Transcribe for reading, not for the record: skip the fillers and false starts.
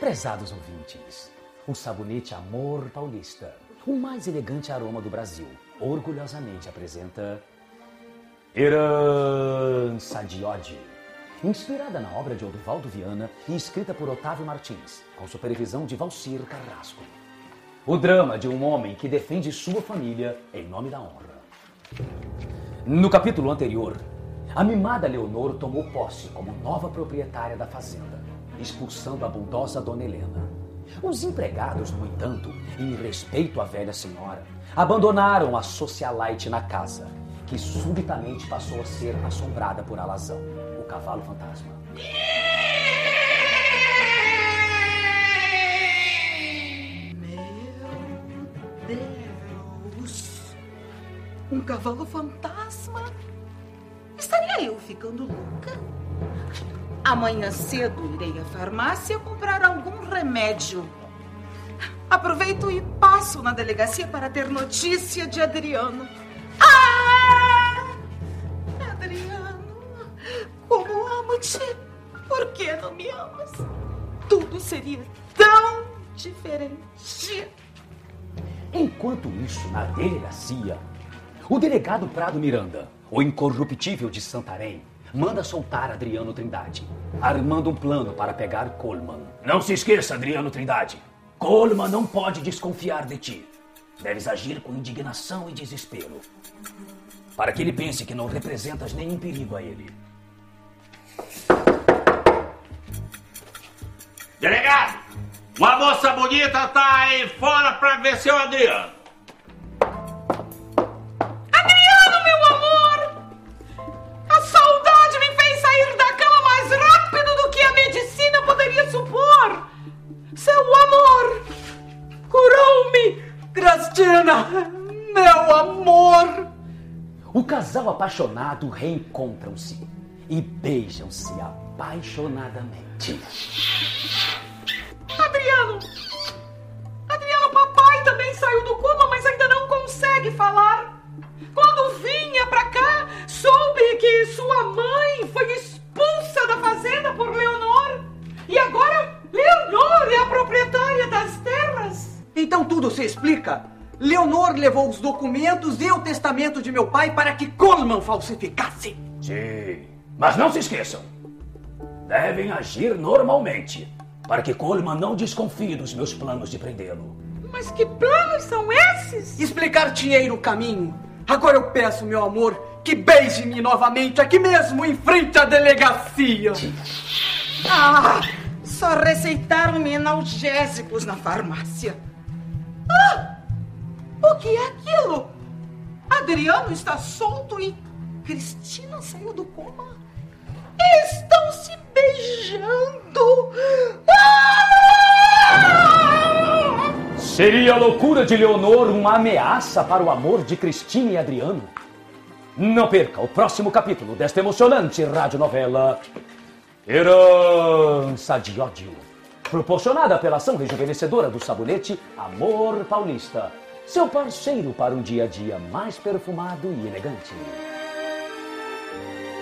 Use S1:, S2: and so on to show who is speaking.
S1: Prezados ouvintes, o sabonete Amor Paulista, o mais elegante aroma do Brasil, orgulhosamente apresenta Herança de Ódio, inspirada na obra de Oduvaldo Viana e escrita por Otávio Martins, com supervisão de Valcir Carrasco. O drama de um homem que defende sua família em nome da honra. No capítulo anterior, a mimada Leonor tomou posse como nova proprietária da fazenda, expulsando a bondosa Dona Helena. Os empregados, no entanto, em respeito à velha senhora, abandonaram a socialite na casa, que subitamente passou a ser assombrada por Alazão, o cavalo fantasma.
S2: Meu Deus! Um cavalo fantasma? Estaria eu ficando louca? Amanhã cedo irei à farmácia comprar algum remédio. Aproveito e passo na delegacia para ter notícia de Adriano. Ah! Adriano, como amo-te. Por que não me amas? Tudo seria tão diferente.
S1: Enquanto isso, na delegacia, o delegado Prado Miranda, o incorruptível de Santarém, manda soltar Adriano Trindade, armando um plano para pegar Coleman. Não se esqueça, Adriano Trindade. Coleman não pode desconfiar de ti. Deves agir com indignação e desespero, para que ele pense que não representas nenhum perigo a ele.
S3: Delegado, uma moça bonita tá aí fora pra ver seu Adriano.
S2: Adriano, meu amor! A saudade me fez sair da cama mais rápido do que a medicina poderia supor. Seu amor curou-me, Cristina, meu amor.
S1: O casal apaixonado reencontram-se e beijam-se apaixonadamente.
S2: Adriano, papai também saiu do coma, mas ainda não consegue falar. Quando vinha pra cá, soube que sua mãe foi expulsa da fazenda por Leonor. E agora, Leonor é a proprietária das terras.
S4: Então tudo se explica. Leonor levou os documentos e o testamento de meu pai para que Coleman falsificasse.
S1: Sim, mas não se esqueçam. Devem agir normalmente, para que Coleman não desconfie dos meus planos de prendê-lo.
S2: Mas que planos são esses?
S4: Explicar-te-ei o caminho. Agora eu peço, meu amor, que beije-me novamente aqui mesmo, em frente à delegacia.
S2: Ah, só receitaram-me analgésicos na farmácia. Ah, o que é aquilo? Adriano está solto e Cristina saiu do coma. Estão se beijando. Ah!
S1: Seria a loucura de Leonor uma ameaça para o amor de Cristina e Adriano? Não perca o próximo capítulo desta emocionante radionovela Herança de Ódio, proporcionada pela ação rejuvenescedora do sabonete Amor Paulista, seu parceiro para um dia a dia mais perfumado e elegante.